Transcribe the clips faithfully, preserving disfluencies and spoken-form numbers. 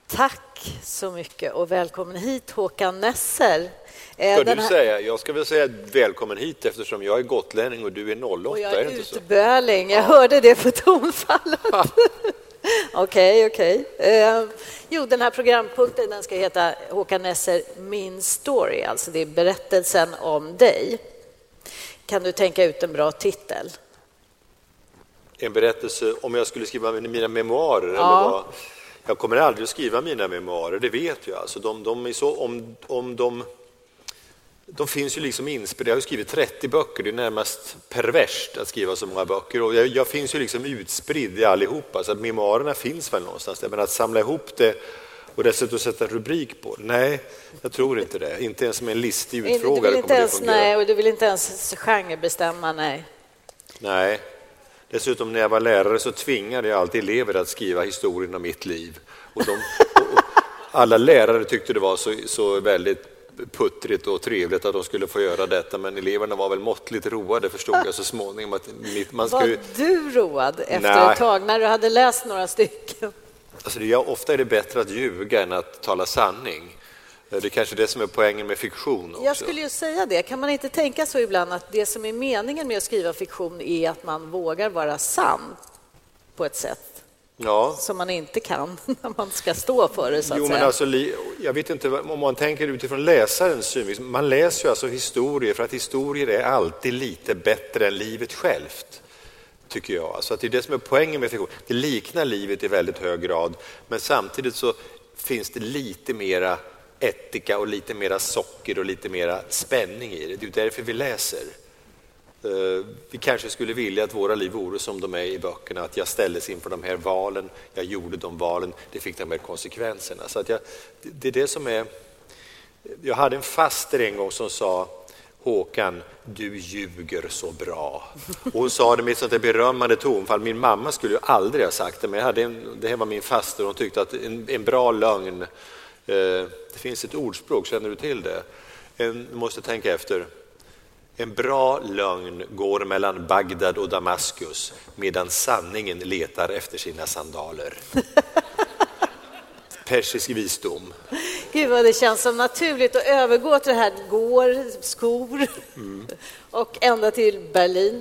Tack så mycket och välkommen hit Håkan Nesser. Ska du här... säga? Jag ska väl säga välkommen hit eftersom jag är gotlänning och du är noll åtta. Och jag är är inte så? utböling, jag ja. hörde det på tonfallet. Okej, okej. Eh, jo, den här programpunkten den ska heta Håkan Nesser Min Story, alltså det är berättelsen om dig. Kan du tänka ut en bra titel? En berättelse om jag skulle skriva mina memoarer? Ja. Eller vad? Jag kommer aldrig att skriva mina memoarer, det vet jag. Alltså de, de är så, om, om de, de finns ju liksom inspelade. Jag har skrivit trettio böcker, det är närmast perverst att skriva så många böcker. Och jag, jag finns ju liksom utspridd i allihopa, så att memoarerna finns väl någonstans. Men att samla ihop det och dessutom sätta rubrik på det, nej, jag tror inte det. Inte ens med en listig utfrågare kommer det ens, fungera. Nej, och du vill inte ens genrebestämma, nej. Nej. Dessutom när jag var lärare så tvingade jag alltid elever att skriva historien om mitt liv. Och, de, och alla lärare tyckte det var så, så väldigt puttrigt och trevligt att de skulle få göra detta. Men eleverna var väl måttligt roade, förstod jag så småningom. Att man ska var ju... du road efter Nej. ett tag när du hade läst några stycken? Alltså det är, ofta är det bättre att ljuga än att tala sanning. Det är kanske det som är poängen med fiktion också. Jag skulle ju säga det. Kan man inte tänka så ibland att det som är meningen med att skriva fiktion är att man vågar vara sann på ett sätt ja. som man inte kan när man ska stå för det, så att jo, säga. Men alltså, jag vet inte om man tänker utifrån läsarens synvinkel. Man läser ju alltså historier för att historier är alltid lite bättre än livet självt, tycker jag. Alltså att det är det som är poängen med fiktion. Det liknar livet i väldigt hög grad, men samtidigt så finns det lite mera etika och lite mera socker och lite mera spänning i det. Det är därför vi läser. Vi kanske skulle vilja att våra liv vore som de är i böckerna, att jag ställdes inför de här valen, jag gjorde de valen, det fick de här konsekvenserna. Så att jag, det är det som är... Jag hade en faster en gång som sa: Håkan, du ljuger så bra. Och hon sa det med ett sånt där berömmande tonfall. Min mamma skulle ju aldrig ha sagt det, men jag hade en, det här var min faster och hon tyckte att en, en bra lögn, det finns ett ordspråk, känner du till det? En, du måste tänka efter. En bra lögn går mellan Bagdad och Damaskus medan sanningen letar efter sina sandaler. Persisk visdom. Gud vad det känns som naturligt att övergå till det här går, skor mm. och ända till Berlin.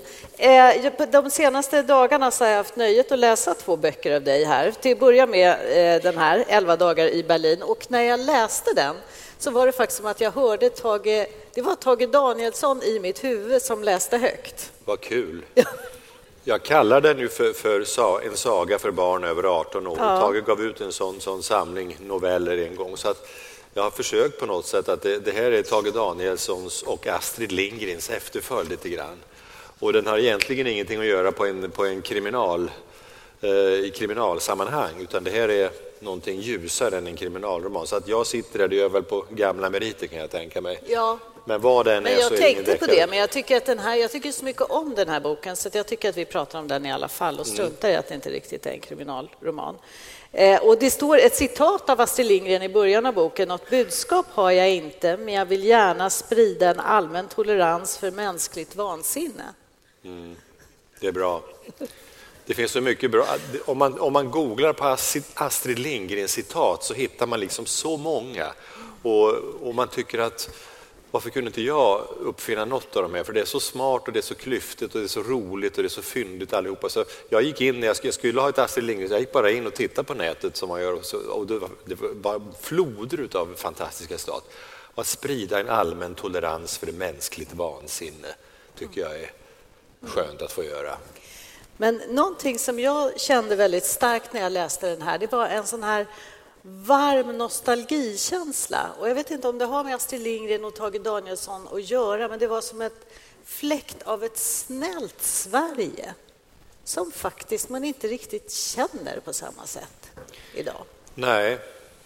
De senaste dagarna så har jag haft nöjet att läsa två böcker av dig här. Till att börja med den här, elva dagar i Berlin. Och när jag läste den så var det faktiskt som att jag hörde Tage, det var Tage Danielsson i mitt huvud som läste högt. Vad kul. Jag kallar den nu för, för en saga för barn över arton år. Ja. Tage gav ut en sån, sån samling noveller en gång. Så att jag har försökt på något sätt att det, det här är Tage Danielssons och Astrid Lindgrens efterföljd lite grann. Och den har egentligen ingenting att göra på en, på en kriminal, eh, i kriminalsammanhang, utan det här är någonting ljusare än en kriminalroman. Så att jag sitter där, det gör väl på gamla meriter kan jag tänka mig. Ja. Men vad den men är jag så är tänkte det på det, men jag tycker att den här, jag tycker så mycket om den här boken så att jag tycker att vi pratar om den i alla fall och struntar i att det inte riktigt är en kriminalroman. Eh, och det står ett citat av Astrid Lindgren i början av boken: något budskap har jag inte, men jag vill gärna sprida en allmän tolerans för mänskligt vansinne. Mm. Det är bra. Det finns så mycket bra. Om man, om man googlar på Astrid Lindgrens citat så hittar man liksom så många. Och, och man tycker att varför kunde inte jag uppfinna något av de här? För det är så smart och det är så klyftigt och det är så roligt och det är så fyndigt allihopa. Så jag gick in, jag skulle, jag skulle ha ett Astrid Lindgren, jag gick bara in och tittade på nätet som man gör. Och, så, och det, var, det var bara floder av fantastiska stat. Och att sprida en allmän tolerans för det mänskligt vansinne tycker jag är skönt att få göra. Men någonting som jag kände väldigt starkt när jag läste den här, det var en sån här varm nostalgikänsla. Och jag vet inte om det har med Astrid Lindgren och Tage Danielsson att göra, men det var som ett fläkt av ett snällt Sverige som faktiskt man inte riktigt känner på samma sätt idag. Nej,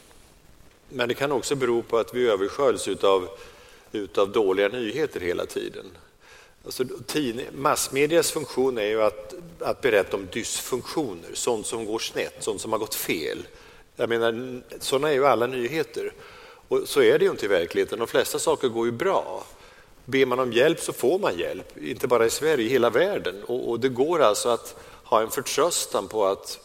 men det kan också bero på att vi översköljs utav, utav dåliga nyheter hela tiden. Alltså, massmedias funktion är ju att, att berätta om dysfunktioner, sånt som går snett, sånt som har gått fel. Jag menar, sådana är ju alla nyheter. Och så är det ju inte i verkligheten. De flesta saker går ju bra. Ber man om hjälp så får man hjälp. Inte bara i Sverige, i hela världen. Och, och det går alltså att ha en förtröstan på att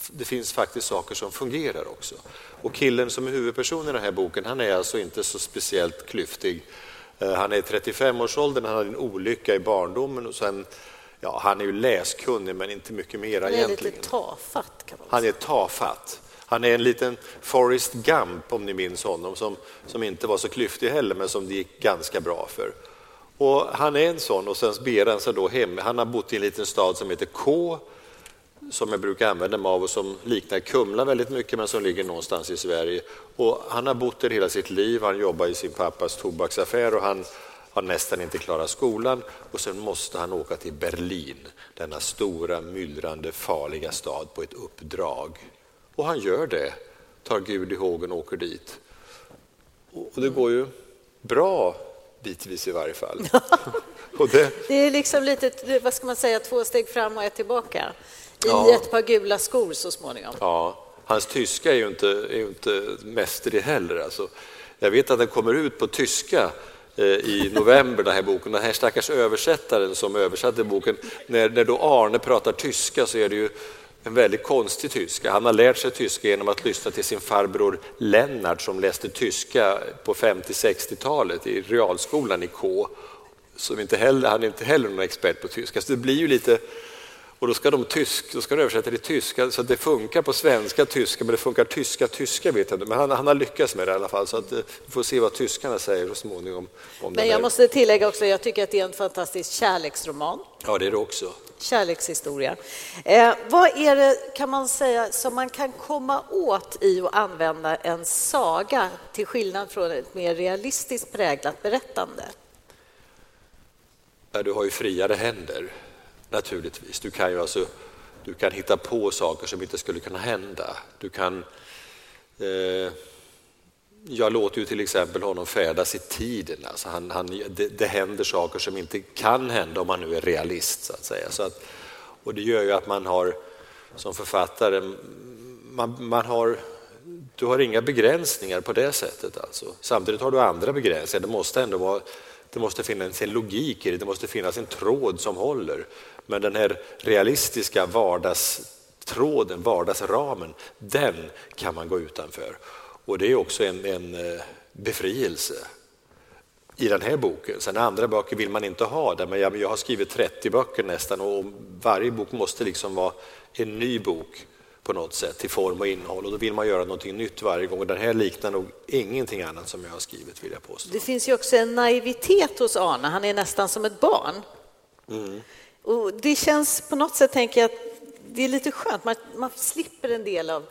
det finns faktiskt saker som fungerar också. Och killen som är huvudperson i den här boken, han är alltså inte så speciellt klyftig. Han är trettiofem-årsåldern, han hade en olycka i barndomen och sen, ja, han är ju läskunnig men inte mycket mer egentligen. Han är lite tafatt kan man säga. Han är tafatt. Han är en liten Forrest Gump, om ni minns honom, som, som inte var så klyftig heller men som det gick ganska bra för. Och han är en sån och sen ber han sig då hem. Han har bott i en liten stad som heter K, som jag brukar använda mig av och som liknar Kumla väldigt mycket men som ligger någonstans i Sverige. Och han har bott där hela sitt liv, han jobbar i sin pappas tobaksaffär och han har nästan inte klarat skolan och sen måste han åka till Berlin, denna stora, myllrande, farliga stad på ett uppdrag. Och han gör det, tar Gud i hågen och åker dit. Och det går ju bra bitvis i varje fall. Och det... det är liksom lite, vad ska man säga, två steg fram och ett tillbaka. I ja. ett par gula skor så småningom. Ja, hans tyska är ju inte, är ju inte mästerlig heller. Alltså, jag vet att den kommer ut på tyska eh, i november, den här boken. Den här stackars översättaren som översatte boken. När, när då Arne pratar tyska så är det ju en väldigt konstig tyska. Han har lärt sig tyska genom att lyssna till sin farbror Lennart som läste tyska på femtio-sextiotalet i realskolan i K. Som inte heller, han är inte heller någon expert på tyska. Så det blir ju lite... Och då ska de tysk, då ska de översätta till tyska så att det funkar på svenska tyska men det funkar tyska tyska vet jag inte. Men han, han har lyckats med det i alla fall så att vi får se vad tyskarna säger så småningom om men jag måste tillägga också, jag tycker att det är en fantastisk kärleksroman. Ja, det är det också. Kärlekshistoria. Eh, vad är det kan man säga som man kan komma åt i att använda en saga till skillnad från ett mer realistiskt präglat berättande? Ja, du har ju friare händer. Naturligtvis. Du kan ju alltså, du kan hitta på saker som inte skulle kunna hända. Du kan... Eh, jag låter ju till exempel honom färdas i tiden. Alltså han, han, det, det händer saker som inte kan hända om man nu är realist, så att säga. Så att, och det gör ju att man har, som författare, man, man har... Du har inga begränsningar på det sättet. Alltså. Samtidigt har du andra begränsningar. Det måste ändå vara... Det måste finnas en logik i det, det måste finnas en tråd som håller. Men den här realistiska vardagstråden, vardagsramen, den kan man gå utanför. Och det är också en, en befrielse i den här boken. Sen andra böcker vill man inte ha det, men jag, jag har skrivit trettio böcker nästan och varje bok måste liksom vara en ny bok på något sätt till form och innehåll och då vill man göra någonting nytt varje gång och den här liknar nog ingenting annat som jag har skrivit, vill jag påstå. Det finns ju också en naivitet hos Arne, han är nästan som ett barn. Mm. Och det känns på något sätt, tänker jag, att det är lite skönt, man, man slipper en del av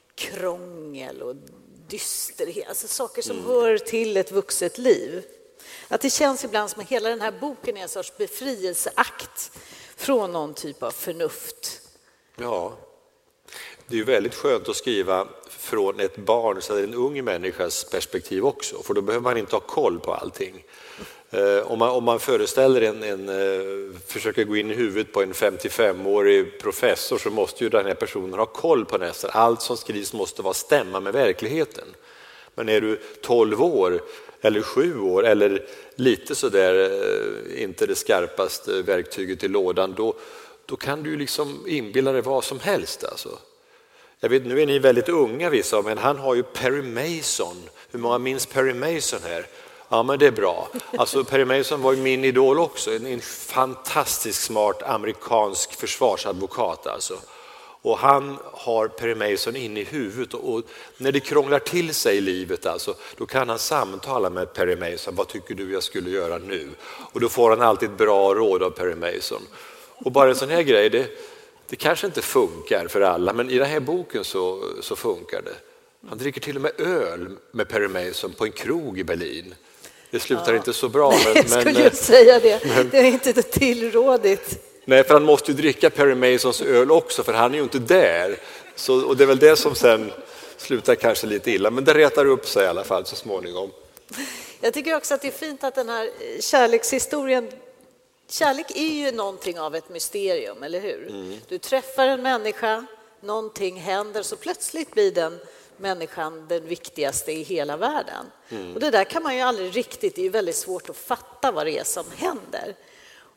krångel och dysterhet, alltså saker som mm. hör till ett vuxet liv. Att det känns ibland som att hela den här boken är en sorts befrielseakt från någon typ av förnuft. Ja. Det är ju väldigt skönt att skriva från ett barn, så en ung människas perspektiv också, för då behöver man inte ha koll på allting. Eh, om, man, om man föreställer en, en eh, försöker gå in i huvudet på en femtiofem-årig professor så måste ju den här personen ha koll på nästan. Allt som skrivs måste vara stämma med verkligheten. Men är du tolv år eller sju år eller lite sådär, eh, inte det skarpaste verktyget i lådan, då, då kan du liksom inbilla dig vad som helst alltså. Jag vet, nu är ni väldigt unga vissa, men han har ju Perry Mason. Hur många minns Perry Mason här? Ja, men det är bra. Alltså Perry Mason var ju min idol också. En, en fantastisk smart amerikansk försvarsadvokat alltså. Och han har Perry Mason in i huvudet och, och när det krånglar till sig i livet alltså, då kan han samtala med Perry Mason. Vad tycker du jag skulle göra nu? Och då får han alltid bra råd av Perry Mason. Och bara en sån här grej, det, det kanske inte funkar för alla, men i den här boken så, så funkar det. Han dricker till och med öl med Perry Mason på en krog i Berlin. Det slutar ja. inte så bra. Nej, men, jag skulle men, ju säga det. Men, det är inte tillrådigt. Nej, för han måste ju dricka Perry Masons öl också, för han är ju inte där. Så, och det är väl det som sen slutar kanske lite illa, men det retar upp sig i alla fall så småningom. Jag tycker också att det är fint att den här kärlekshistorien, kärlek är ju någonting av ett mysterium, eller hur? Mm. Du träffar en människa, någonting händer, så plötsligt blir den människan den viktigaste i hela världen. Mm. Och det där kan man ju aldrig riktigt, det är ju väldigt svårt att fatta vad det är som händer.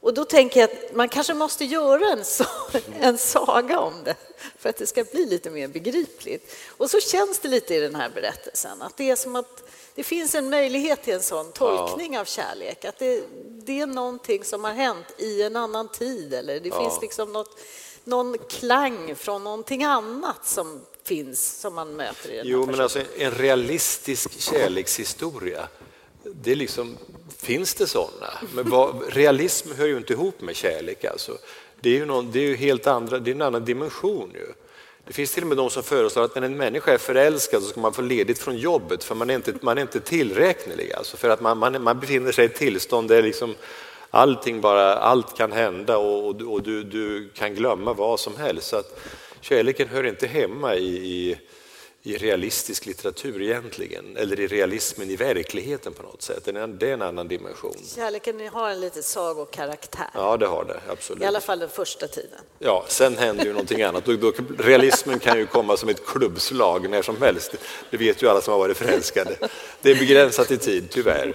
Och då tänker jag att man kanske måste göra en, så, en saga om det för att det ska bli lite mer begripligt. Och så känns det lite i den här berättelsen att det är som att det finns en möjlighet till en sån tolkning ja. av kärlek. Att det, det är någonting som har hänt i en annan tid eller det ja. finns liksom något, någon klang från någonting annat som finns som man möter i den Jo, här men alltså en realistisk kärlekshistoria. Det är liksom, finns det sådana? Men vad, realism hör ju inte ihop med kärlek. Alltså. Det är ju, någon, det är ju helt andra, det är en annan dimension. Ju. Det finns till och med de som föreslår att när en människa är förälskad så ska man få ledigt från jobbet för man är inte, man är inte tillräknelig. Alltså för att man, man, man befinner sig i ett tillstånd där liksom allting bara, allt kan hända och, och, och du, du kan glömma vad som helst. Så att kärleken hör inte hemma i... i i realistisk litteratur egentligen, eller i realismen i verkligheten på något sätt. Det är en annan dimension. Kärleken har en lite sagokaraktär. Ja, det har det, absolut. I alla fall den första tiden. Ja, sen händer ju någonting annat. Då, då, realismen kan ju komma som ett klubbslag när som helst. Det vet ju alla som har varit förälskade. Det är begränsat i tid, tyvärr.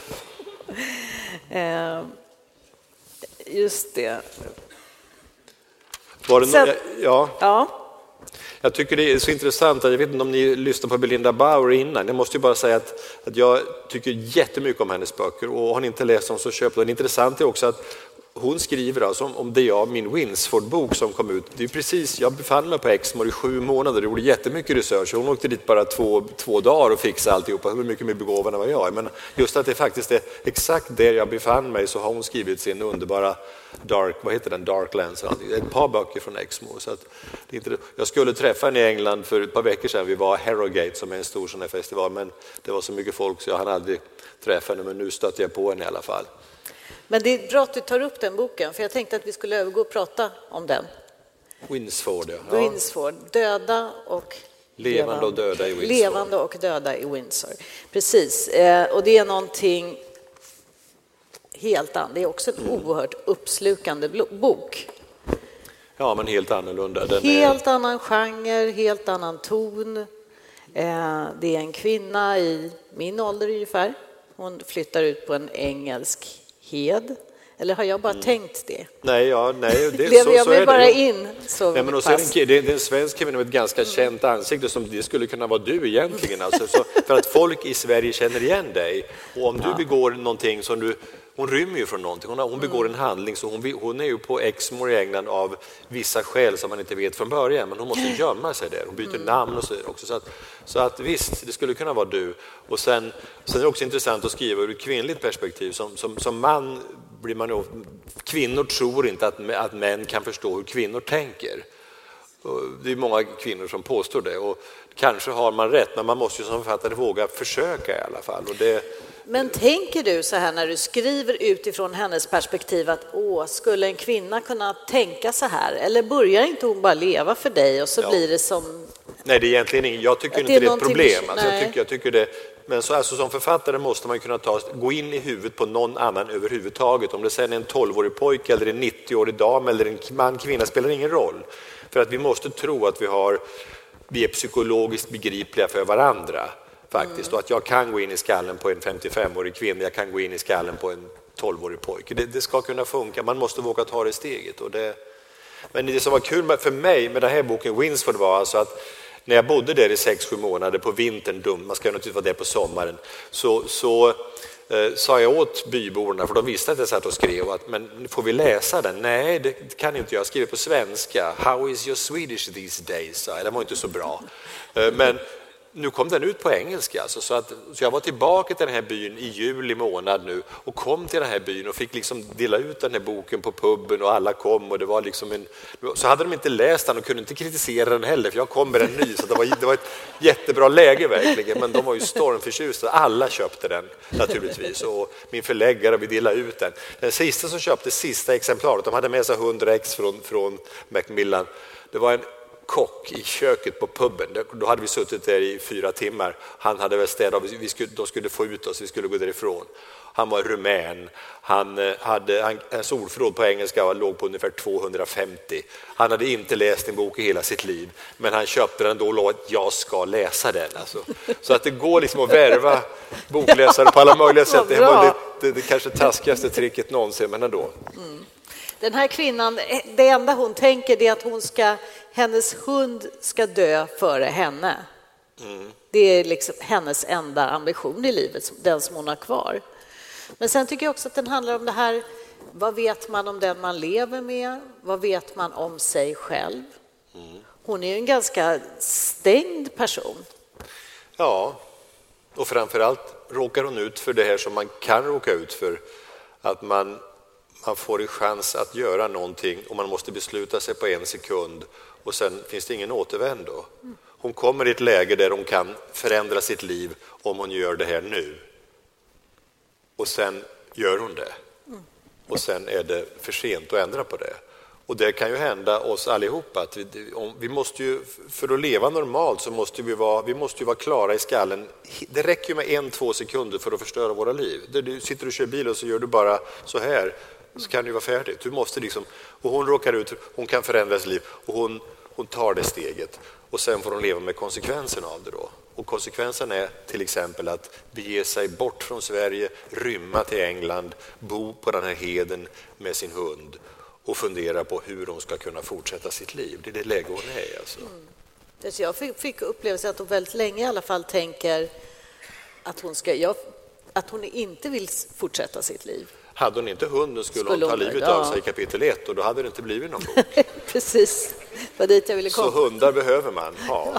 Eh, just det. Var det sen, no- ja. ja. Jag tycker det är så intressant, jag vet inte om ni lyssnade på Belinda Bauer innan, jag måste ju bara säga att, att jag tycker jättemycket om hennes böcker och har ni inte läst dem så köp dem. Det intressanta är också att hon skriver alltså om, om det jag, min Winsford-bok som kom ut. Det är precis, jag befann mig på Exmoor i sju månader och gjorde jättemycket research. Hon åkte dit bara två, två dagar och fixade alltihopa, hur mycket mer begåvad än vad jag är. Men just att det faktiskt är exakt där jag befann mig så har hon skrivit sin underbara Dark, vad heter den, Darklands, ett par böcker från Exmoor. Så att det inte, jag skulle träffa henne i England för ett par veckor sedan, vi var Harrogate som är en stor sån här festival, men det var så mycket folk så jag hann aldrig träffa henne, men nu stötte jag på henne i alla fall. Men det är bra att du tar upp den boken, för jag tänkte att vi skulle övergå och prata om den. Winsford, ja. Winsford, döda och levande och döda i Windsor. Levande och döda i Windsor. Precis, eh, och det är någonting helt annat. Det är också en mm. oerhört uppslukande bok. Ja, men helt annorlunda. Den helt är... annan genre, helt annan ton. Eh, det är en kvinna i min ålder ungefär. Hon flyttar ut på en engelsk hed. Eller har jag bara mm. tänkt det? Nej, ja, nej det, Lever så, jag så mig är bara det. in så nej, men också är det, en, det är en svensk kvinna med ett ganska mm. känt ansikte som det skulle kunna vara du egentligen. Alltså, så, för att folk i Sverige känner igen dig. Och om ja. du begår någonting som du... Hon rymmer ju från någonting. Hon, hon begår en handling så hon, hon är ju på Exmoor i England av vissa skäl som man inte vet från början. Men hon måste gömma sig där. Hon byter mm. namn och så också. Så att, så att visst, det skulle kunna vara du. Och sen, sen är det också intressant att skriva ur ett kvinnligt perspektiv. Som, som, som man blir man ju, kvinnor tror inte att, att män kan förstå hur kvinnor tänker. Och det är många kvinnor som påstår det. Och kanske har man rätt, men man måste ju som författare våga försöka i alla fall. Och det, Men tänker du så här när du skriver utifrån hennes perspektiv att åh, skulle en kvinna kunna tänka så här? Eller börjar inte hon bara leva för dig och så ja. blir det som... Nej, det är egentligen inget. Jag tycker inte det är, det är ett problem. Alltså, jag tycker, jag tycker det, men så, alltså, som författare måste man kunna ta, gå in i huvudet på någon annan överhuvudtaget. Om det sen är en tolvårig pojke eller en nittioårig dam eller en man, kvinna spelar ingen roll. För att vi måste tro att vi, har, vi är psykologiskt begripliga för varandra. Faktiskt. Och att jag kan gå in i skallen på en femtiofemårig kvinna, jag kan gå in i skallen på en tolvårig pojke. Det, det ska kunna funka, man måste våga ta det steget. Och det, men det som var kul för mig med den här boken Winsford var alltså att när jag bodde där i sex sju månader på vintern, dum, man ska naturligtvis vara där på sommaren, så, så eh, sa jag åt byborna, för de visste att jag satt och skrev, att, men får vi läsa den? Nej, det kan inte jag. Jag skriver på svenska. How is your Swedish these days? Det var inte så bra. Eh, men nu kom den ut på engelska, alltså, så, att, så jag var tillbaka till den här byn i juli månad nu och kom till den här byn och fick liksom dela ut den här boken på puben och alla kom och det var liksom en, så hade de inte läst den och kunde inte kritisera den heller för jag kom med den ny, så det var, det var ett jättebra läge verkligen, men de var ju stormförtjusta, alla köpte den naturligtvis och min förläggare, vi delade ut den. Den sista som köpte sista exemplaret, de hade med sig hundra ex från, från Macmillan, det var en kock i köket på puben. Då hade vi suttit där i fyra timmar. Han hade väl städat, vi skulle, de skulle få ut oss, vi skulle gå därifrån. Han var rumän. Han hade, han, hans ordförråd på engelska låg på ungefär tvåhundrafemtio. Han hade inte läst en bok i hela sitt liv. Men han köpte den då och lovade att jag ska läsa den. Alltså. Så att det går liksom att värva bokläsare på alla möjliga sätt. Det var väldigt det, det kanske taskigaste tricket någonsin, men ändå. Mm. Den här kvinnan, det enda hon tänker är att hon ska, hennes hund ska dö före henne. Mm. Det är liksom hennes enda ambition i livet, den som hon har kvar. Men sen tycker jag också att den handlar om det här, vad vet man om den man lever med? Vad vet man om sig själv? Mm. Hon är ju en ganska stängd person. Ja, och framförallt råkar hon ut för det här som man kan råka ut för. Att man, man får en chans att göra någonting och man måste besluta sig på en sekund och sen finns det ingen återvändo. Mm. Hon kommer i ett läge där hon kan förändra sitt liv om hon gör det här nu. Och sen gör hon det. Mm. Och sen är det för sent att ändra på det. Och det kan ju hända oss allihopa. Att vi, om, vi måste ju, för att leva normalt så måste vi vara, vi måste ju vara klara i skallen. Det räcker ju med en, två sekunder för att förstöra våra liv. Du sitter och kör bil och så gör du bara så här. Så kan det ju vara färdigt. Du måste liksom, och hon råkar ut, hon kan förändra sitt liv. Och hon, hon tar det steget. Och sen får hon leva med konsekvenserna av det då. Och konsekvensen är till exempel att bege sig bort från Sverige, rymma till England, bo på den här heden med sin hund och fundera på hur de ska kunna fortsätta sitt liv. Det är det läge hon är. Alltså. Mm. Jag fick, fick upplevelse att hon väldigt länge i alla fall tänker att hon, ska, ja, att hon inte vill fortsätta sitt liv. Hade hon inte hunden skulle, skulle hon ta livet ja. av sig i kapitel ett och då hade det inte blivit någon bok. Precis, var dit jag ville komma. Så hundar behöver man ha.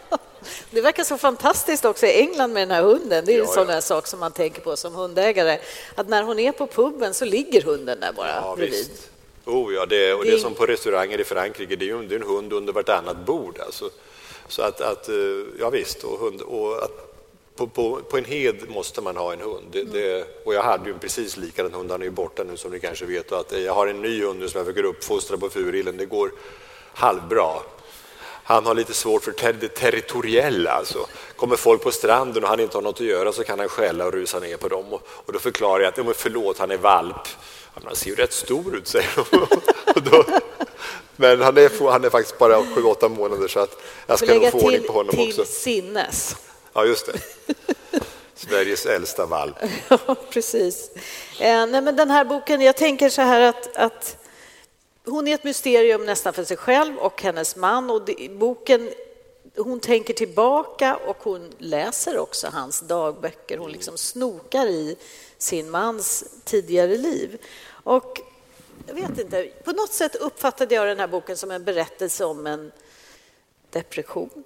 Det verkar så fantastiskt också i England med den här hunden. Det är ju ja, en sån ja. sak som man tänker på som hundägare. Att när hon är på puben så ligger hunden där bara ja, bredvid. Visst. Oh, ja, det, och det är som på restauranger i Frankrike. Det är ju en hund under vartannat bord. Alltså. Så att, att, ja visst. Och, hund, och att på, på, på en hed måste man ha en hund. Det, mm. det, och jag hade ju precis likadan hund. Han är ju borta nu som ni kanske vet. Och att jag har en ny hund som jag försöker uppfostra på Furillen. Det går halvbra. Han har lite svårt för ter- det territoriella. Alltså. Kommer folk på stranden och han inte har något att göra så kan han skälla och rusa ner på dem. Och, och då förklarar jag att ja, förlåt, han är valp. Han ser ju rätt stor ut, säger och då, men han är, han är faktiskt bara sju åtta månader så att jag ska nog få ordning på honom till också. Till sinnes. Ja, just det. Sveriges äldsta valp. Ja, precis. Eh, nej, men den här boken, jag tänker så här att, att hon är ett mysterium nästan för sig själv och hennes man. Och det, boken, hon tänker tillbaka och hon läser också hans dagböcker. Hon liksom snokar i sin mans tidigare liv. Och jag vet inte, på något sätt uppfattade jag den här boken som en berättelse om en depression.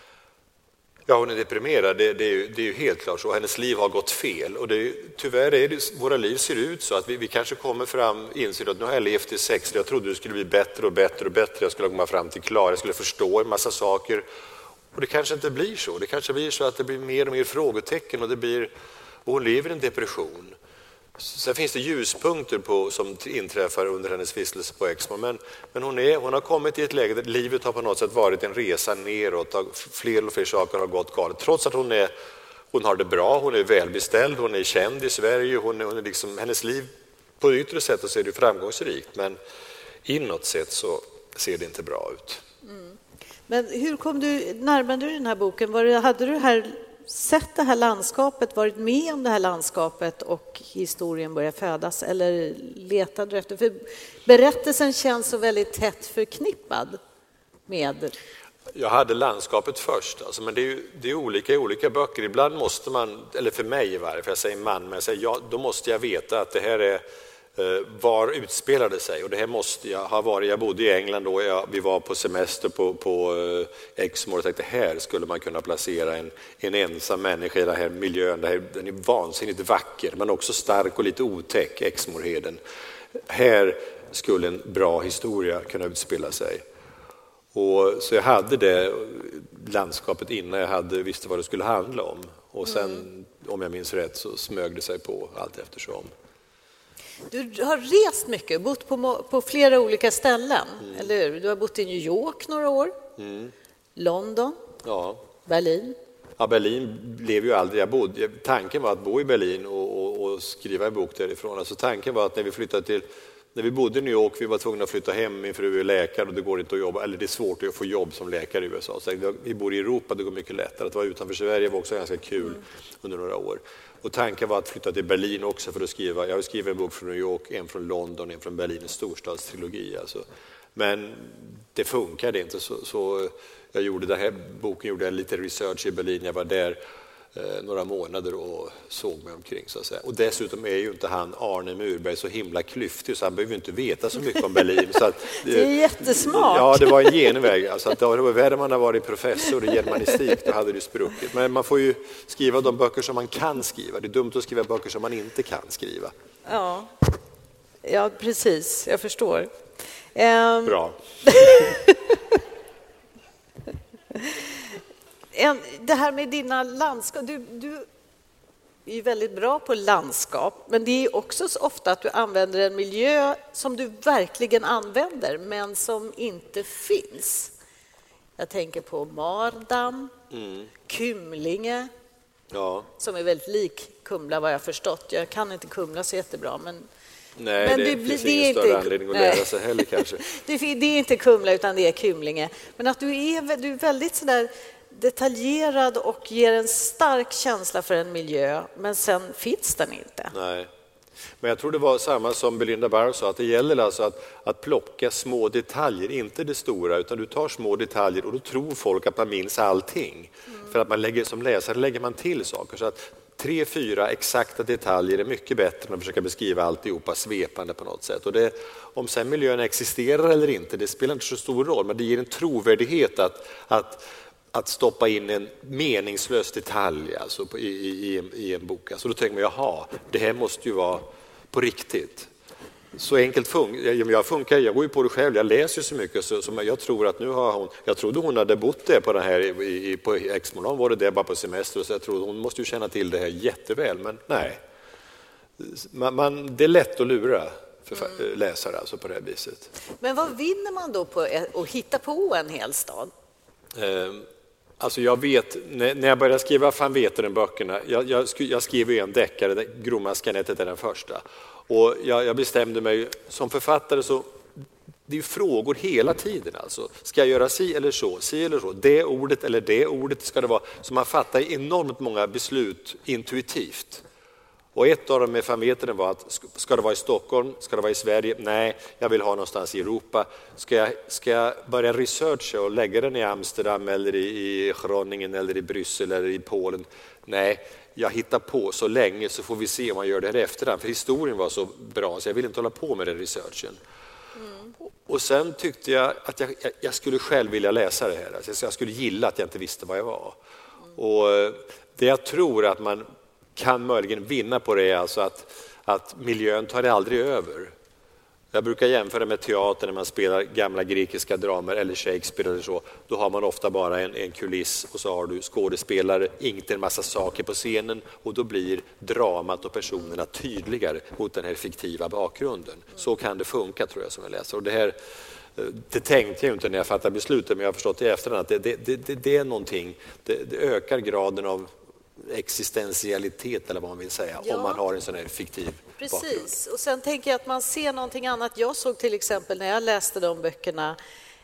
Ja, hon är deprimerad, det, det, är, ju, det är ju helt klart så. Hennes liv har gått fel och det är, tyvärr är det, våra liv ser ut så att vi, vi kanske kommer fram inser att nu har jag levt i sextio, jag trodde det skulle bli bättre och bättre och bättre, jag skulle komma fram till klar, jag skulle förstå en massa saker och det kanske inte blir så. Det kanske blir så att det blir mer och mer frågetecken och det blir, och hon lever i en depression. Sen finns det ljuspunkter på, som inträffar under hennes vistelse på Exmoor, men, men hon, är, hon har kommit i ett läge där livet har på något sätt varit en resa neråt, fler och fler saker har gått galet. Trots att hon, är, hon har det bra, hon är välbeställd, hon är känd i Sverige, hon är, hon är liksom, hennes liv på det yttre sättet så är det framgångsrikt, men inåt sett så ser det inte bra ut. Mm. Men hur kom du, närmade du den här boken? Var det, hade du här sett det här landskapet, varit med om det här landskapet och historien började födas eller letade du efter? För berättelsen känns så väldigt tätt förknippad med... Jag hade landskapet först, alltså, men det är, ju, det är olika i olika böcker. Ibland måste man, eller för mig i varje fall, jag säger man, men jag säger, ja, då måste jag veta att det här är var utspelade sig och det här måste jag ha varit. Jag bodde i England då, jag, vi var på semester på, på Exmoor och tänkte här skulle man kunna placera en, en ensam människa i den här miljön. Det här, den är vansinnigt vacker men också stark och lite otäck, Exmoorheden. Här skulle en bra historia kunna utspela sig. Och, så jag hade det landskapet innan jag hade visste vad det skulle handla om. Och sen, mm. om jag minns rätt, så smög det sig på allt eftersom. Du har rest mycket, bott på, på flera olika ställen, mm. eller hur? Du har bott i New York några år, mm. London, ja. Berlin. Ja, Berlin blev ju aldrig, jag bodde, tanken var att bo i Berlin och, och, och skriva en bok därifrån. Alltså tanken var att när vi flyttade till när vi bodde i New York, vi var tvungna att flytta hem, min fru är läkare och det går inte att jobba, eller det är svårt att få jobb som läkare i U S A. Så vi bor i Europa, det går mycket lättare. Att vara utanför Sverige var också ganska kul mm. under några år. Och tanken var att flytta till Berlin också för att skriva, jag har skrivit en bok från New York, en från London, en från Berlin, en storstadstrilogi alltså. Men det funkade inte, så, så jag gjorde den här boken, gjorde jag lite research i Berlin, jag var där eh, några månader och såg mig omkring så att säga. Och dessutom är ju inte han Arne Murberg så himla klyftig så han behöver ju inte veta så mycket om Berlin. Så att, det är jättesmart. Ja, det var en genväg. Alltså att det var värre man har varit professor i germanistik, då hade det spruckit. Men man får ju skriva de böcker som man kan skriva. Det är dumt att skriva böcker som man inte kan skriva. Ja, ja precis. Jag förstår. Um... Bra. Det här med dina landskap, du, du är ju väldigt bra på landskap, men det är också så ofta att du använder en miljö som du verkligen använder, men som inte finns. Jag tänker på Mardam, mm. Kymlinge, ja. Som är väldigt lik Kumla vad jag förstått. Jag kan inte Kumla så jättebra, men... Nej, men det, det, det finns det ingen är större inte, anledning att nej. lära sig heller kanske. det, det är inte Kumla utan det är Kymlinge. Men att du är, du är väldigt sådär detaljerad och ger en stark känsla för en miljö, men sen finns den inte. Nej. Men jag tror det var samma som Belinda Barr sa, att det gäller alltså att, att plocka små detaljer, inte det stora, utan du tar små detaljer och då tror folk att man minns allting. Mm. För att man lägger, som läsare lägger man till saker, så att tre, fyra exakta detaljer är mycket bättre än att försöka beskriva alltihopa svepande på något sätt. Och det, om sen miljön existerar eller inte, det spelar inte så stor roll, men det ger en trovärdighet att, att, att stoppa in en meningslös detalj alltså, i, i, i en bok. Alltså, då tänker man, jaha, det här måste ju vara på riktigt. Så enkelt funkar jag. Funkar, jag går ju på det själv, jag läser ju så mycket så, så jag tror att nu har hon, jag trodde hon hade bott där på den här i, i, på Exmonan var det där bara på semester, så jag trodde hon måste ju känna till det här jätteväl, men nej. Man, man, det är lätt att lura för mm. läsare alltså på det här viset. Men vad vinner man då på att hitta på en hel stad? Eh, Alltså jag vet, när jag började skriva Van Veteren-böckerna, jag, jag, jag skrev ju en deckare, Gromaskanettet är den första. Och jag, jag bestämde mig, som författare så, det är frågor hela tiden alltså. Ska jag göra si eller så, si eller så, det ordet eller det ordet ska det vara. Så man fattar enormt många beslut intuitivt. Och ett av dem med Van Veteren var att ska det vara i Stockholm, ska det vara i Sverige? Nej, jag vill ha någonstans i Europa. Ska jag, ska jag börja researcha och lägga den i Amsterdam eller i, i Groningen eller i Bryssel eller i Polen? Nej, jag hittar på så länge så får vi se om man gör det här efterhand. För historien var så bra så jag vill inte hålla på med den researchen. Mm. Och sen tyckte jag att jag, jag skulle själv vilja läsa det här. Alltså jag skulle gilla att jag inte visste vad jag var. Mm. Och det jag tror att man kan möjligen vinna på det är alltså att, att miljön tar det aldrig över. Jag brukar jämföra med teater när man spelar gamla grekiska dramer eller Shakespeare eller så. Då har man ofta bara en, en kuliss och så har du skådespelare, inte en massa saker på scenen och då blir dramat och personerna tydligare mot den här fiktiva bakgrunden. Så kan det funka tror jag som jag läser. Och det här det tänkte jag inte när jag fattade beslutet, men jag har förstått i efterhand att det, det, det, det är någonting, det, det ökar graden av existentialitet eller vad man vill säga, ja. Om man har en sån här fiktiv Precis. bakgrund. Och sen tänker jag att man ser någonting annat. Jag såg till exempel när jag läste de böckerna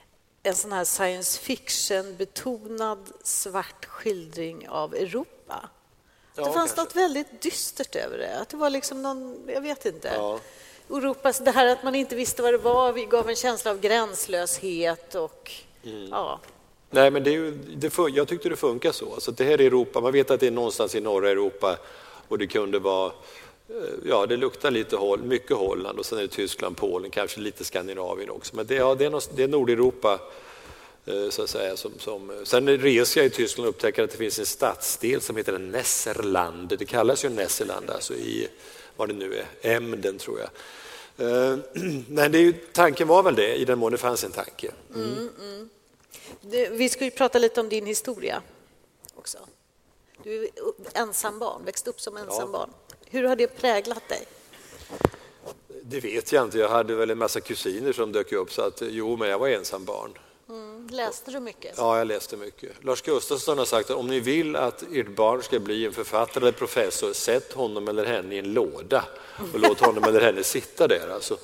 en sån här science fiction betonad svart skildring av Europa. Ja, det fanns kanske något väldigt dystert över det. Att det var liksom någon, jag vet inte. Ja. Europas, det här att man inte visste vad det var, vi gav en känsla av gränslöshet och mm. ja. Nej, men det är ju, det, jag tyckte det funkar så. Alltså det här är Europa, man vet att det är någonstans i norra Europa och det kunde vara, ja det luktar lite håll, mycket Holland och sen är det Tyskland, Polen, kanske lite Skandinavien också. Men det, ja, det, är, något, det är Nordeuropa så att säga. Som, som, sen reser jag i Tyskland och upptäcker att det finns en stadsdel som heter Nesserland. Det kallas ju Nesserland, alltså i, vad det nu är, Emden tror jag. Uh, men det är ju, tanken var väl det, i den mån det fanns en tanke. Mm. Mm, mm. Du, vi ska ju prata lite om din historia också. Du är ensam barn, växte upp som ensam ja. barn. Hur har det präglat dig? Det vet jag inte. Jag hade väl en massa kusiner som dök upp så att jo, men jag var ensam barn. Mm. Läste du mycket? Ja, jag läste mycket. Lars Gustafsson har sagt att om ni vill att ert barn ska bli en författare eller professor, sätt honom eller henne i en låda och låt honom eller henne sitta där. Alltså,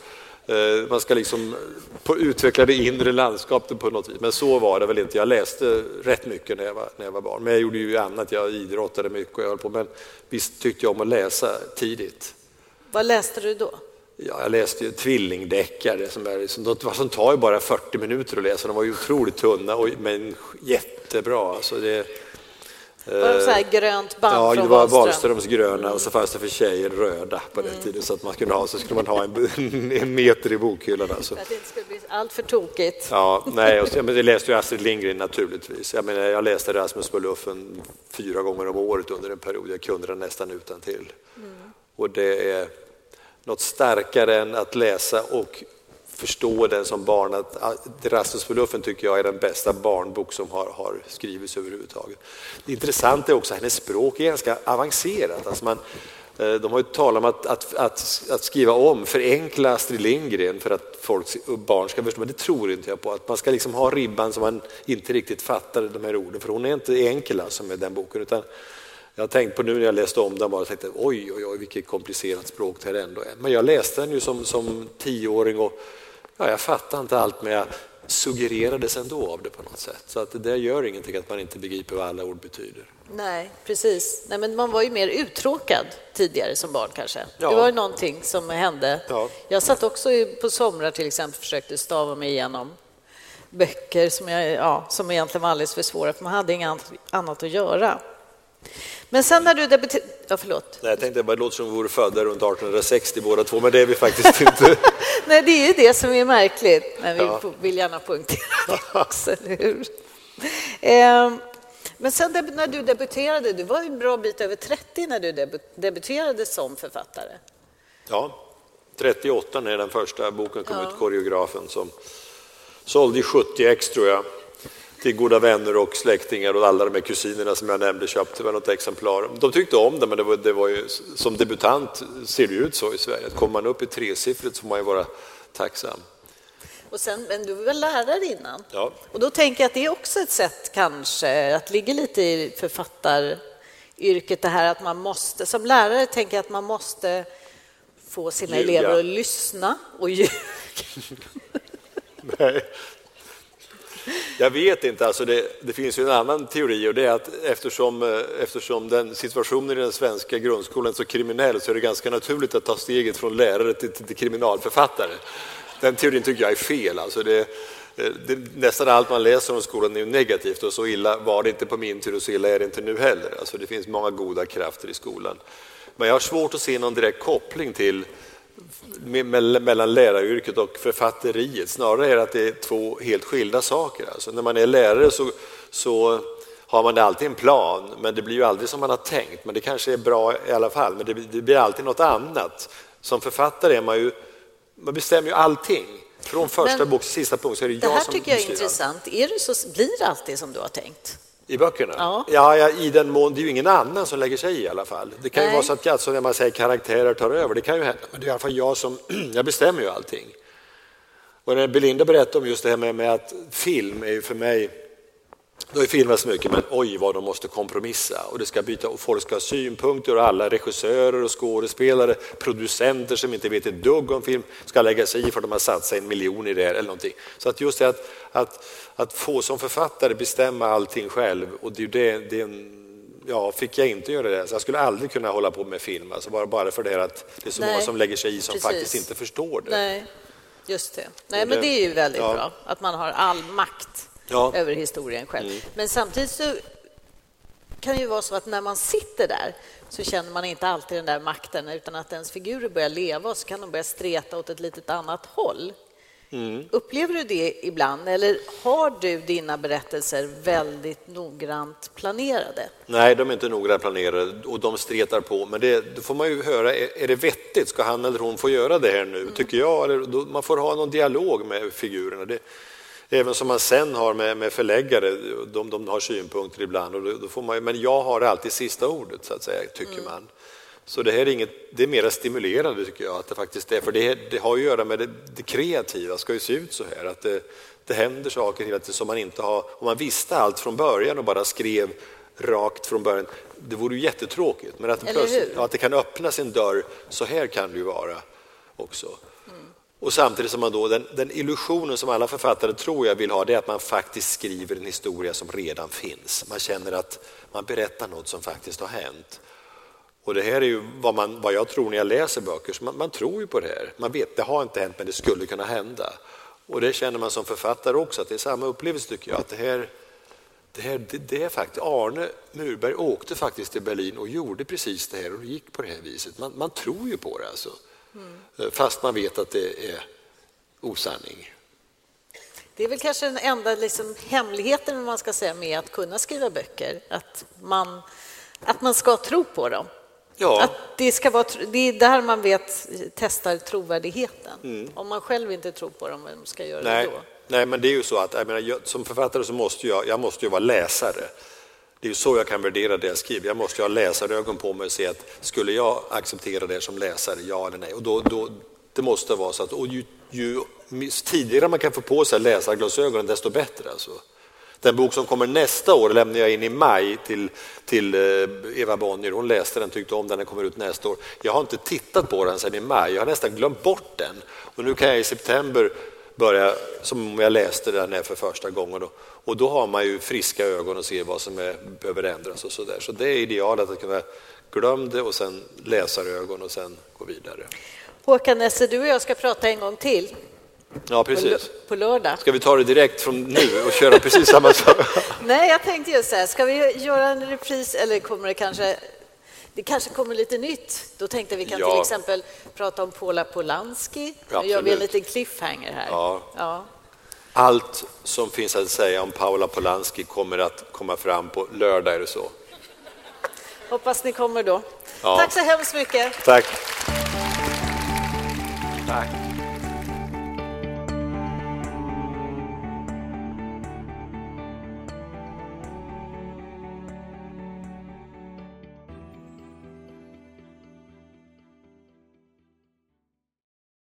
Man ska liksom utveckla det inre landskapet på något vis. Men så var det väl inte. Jag läste rätt mycket när jag var, när jag var barn. Men jag gjorde ju annat. Jag idrottade mycket och jag höll på. Men visst tyckte jag om att läsa tidigt. Vad läste du då? Ja, jag läste ju tvillingdeckare som, är, som, som tar ju bara fyrtio minuter att läsa. De var ju otroligt tunna och, men jättebra. Alltså det, var de så här grönt band ja, från det var Wahlström? Wahlströms gröna och så fanns det för tjejer röda på den mm. tiden så att man kunde ha så skulle man ha en, en meter i bokhyllan. Alltså. För att det inte skulle bli allt för tokigt. Ja, nej, och så, men jag läste ju Astrid Lindgren naturligtvis. Jag menar, jag läste Rasmus på luffen fyra gånger om året under en period. Jag kunde den nästan utan till. Mm. Och det är något starkare än att läsa och förstå den som barn. Att, att Rasmus på luffen tycker jag är den bästa barnbok som har, har skrivits överhuvudtaget. Det intressanta är också att hennes språk är ganska avancerat. Alltså man, de har ju talat om att, att, att, att skriva om, förenkla Astrid Lindgren för att folk, barn ska förstå, men det tror inte jag på. Att man ska liksom ha ribban som man inte riktigt fattar de här orden, för hon är inte enkel alltså med den boken, utan jag har tänkt på nu när jag läste om den bara och tänkte oj, oj, oj, vilket komplicerat språk det här ändå är. Men jag läste den ju som, som tioåring och ja, jag fattar inte allt, men jag suggererades ändå av det på något sätt. Så att det där gör ingenting att man inte begriper vad alla ord betyder. Nej, precis. Nej, men man var ju mer uttråkad tidigare som barn kanske. Ja. Det var ju någonting som hände. Ja. Jag satt också på somrar till exempel, försökte stava mig igenom böcker som, jag, ja, som egentligen var alldeles för svåra, för man hade inget annat att göra. Men sen när du debuterade... Ja, förlåt. Nej, jag tänkte bara, det låter som vi vore födda runt arton sextio båda två, men det är vi faktiskt inte. Nej, det är ju det som är märkligt. Men vi ja. vill gärna poängtera det också, eller hur? Ehm, men sen när du debuterade, du var en bra bit över trettio när du debuterade som författare. Ja, trettioåtta när den första boken kom ja. ut, Koreografen, som sålde i sjuttio ex tror jag. Till goda vänner och släktingar och alla de här kusinerna som jag nämnde köpte väl något exemplar. De tyckte om det, men det var, det var ju, som debutant ser det ut så i Sverige. Kommer man upp i tresiffrigt så får man ju vara tacksam. Och sen, men du var väl lärare innan? Ja. Och då tänker jag att det är också ett sätt kanske att ligga lite i författaryrket, det här att man måste, som lärare tänker jag att man måste få sina Ljuga. elever att lyssna och ljuga. Nej. Jag vet inte, alltså det, det finns ju en annan teori och det är att eftersom, eftersom den situationen i den svenska grundskolan är så kriminell så är det ganska naturligt att ta steget från lärare till, till, till kriminalförfattare. Den teorin tycker jag är fel. Alltså det, det, nästan allt man läser om skolan är ju negativt och så illa var det inte på min tur och så illa är det inte nu heller. Alltså det finns många goda krafter i skolan. Men jag har svårt att se någon direkt koppling till mellan läraryrket och författeriet. Snarare är det att det är två helt skilda saker. Alltså när man är lärare så, så har man alltid en plan, men det blir ju aldrig som man har tänkt. Men det kanske är bra i alla fall, men det, det blir alltid något annat. Som författare är man ju, man bestämmer ju allting. Från första bok till sista punkt så är det, det jag här som tycker jag är intressant. Är det så, blir det alltid som du har tänkt? I böckerna? Ja. Ja, ja, i den mån, det är ju ingen annan som lägger sig i i alla fall. Det kan Nej. ju vara så att alltså, när man säger karaktärer tar över, det kan ju hända. Men det är i alla fall jag som, jag bestämmer ju allting. Och när Belinda berättade om just det här med, med att film är ju för mig, det har ju filmats mycket, men oj vad de måste kompromissa. Och det ska byta, och folk ska ha synpunkter och alla regissörer och skådespelare, producenter som inte vet ett dugg om film ska lägga sig i för att de har satt sig en miljon i det här eller någonting. Så att just det att, att, att få som författare bestämma allting själv, och det är ju det, det är en, ja, fick jag inte göra det. Så jag skulle aldrig kunna hålla på med film, alltså bara, bara för det här att det är så Nej, många som lägger sig i som precis. faktiskt inte förstår det. Nej, just det. Nej, men det är ju väldigt ja. bra att man har all makt. Ja. över historien själv. Mm. Men samtidigt så kan det ju vara så att när man sitter där så känner man inte alltid den där makten, utan att ens figurer börjar leva och så kan de börja streta åt ett litet annat håll. Mm. Upplever du det ibland, eller har du dina berättelser väldigt noggrant planerade? Nej, de är inte noggrant planerade och de stretar på, men det, då får man ju höra, är, är det vettigt? Ska han eller hon få göra det här nu? Mm. Tycker jag, eller då, man får ha någon dialog med figurerna. Det, Även som man sen har med, med förläggare, de, de har synpunkter ibland, och då, då får man, men jag har alltid sista ordet så att säga, tycker mm. man. Så det här är inget, det är mer stimulerande tycker jag att det faktiskt är, för det, det har att göra med det, det kreativa, ska ju se ut så här, att det, det händer saker hela tiden som man inte har, om man visste allt från början och bara skrev rakt från början, det vore ju jättetråkigt, men att, plötsligt, ja, att det kan öppnas en dörr, så här kan det ju vara också. Och samtidigt som man då, den, den illusionen som alla författare tror jag vill ha, det är att man faktiskt skriver en historia som redan finns. Man känner att man berättar något som faktiskt har hänt. Och det här är ju vad, man, vad jag tror när jag läser böcker. Så man, man tror ju på det här. Man vet, det har inte hänt men det skulle kunna hända. Och det känner man som författare också, att det är samma upplevelse tycker jag. Att det här, det här det, det är faktiskt, Arne Murberg åkte faktiskt till Berlin och gjorde precis det här och gick på det här viset. Man, man tror ju på det alltså. Mm. Fast man vet att det är osanning. Det är väl kanske den enda liksom, hemligheten man ska säga med att kunna skriva böcker. Att man, att man ska tro på dem. Ja. Att det, ska vara, det är där man vet, testar trovärdigheten. Mm. Om man själv inte tror på dem, vem ska göra Nej. det då? Nej, men det är ju så att jag menar, jag, som författare så måste jag, jag måste ju vara läsare. Det är ju så jag kan värdera det jag skriver. Jag måste ju ha läsarögon på mig och se att skulle jag acceptera det som läsare, ja eller nej. Och då, då, det måste vara så att och ju, ju tidigare man kan få på sig läsarglasögonen, desto bättre. Alltså. Den bok som kommer nästa år lämnar jag in i maj till, till Eva Bonnier. Hon läste den, tyckte om den, den kommer ut nästa år. Jag har inte tittat på den sedan i maj. Jag har nästan glömt bort den. Och nu kan jag i september börja som om jag läste den här för första gången. Då. Och då har man ju friska ögon och ser vad som är, behöver ändras och så där. Så det är idealet att kunna glömma det och sen läsa ögon och sen gå vidare. Håkan Nesse, du och jag ska prata en gång till. Ja, precis. På lördag. Ska vi ta det direkt från nu och köra precis samma sak? Nej, jag tänkte just så här, ska vi göra en repris eller kommer det kanske, det kanske kommer lite nytt? Då tänkte vi kan ja. till exempel prata om Paula Polanski. Ja, nu gör vi en liten cliffhanger här. Ja. Ja. Allt som finns att säga om Paula Polanski kommer att komma fram på lördag, är det så? Hoppas ni kommer då. Ja. Tack så hemskt mycket. Tack. Tack.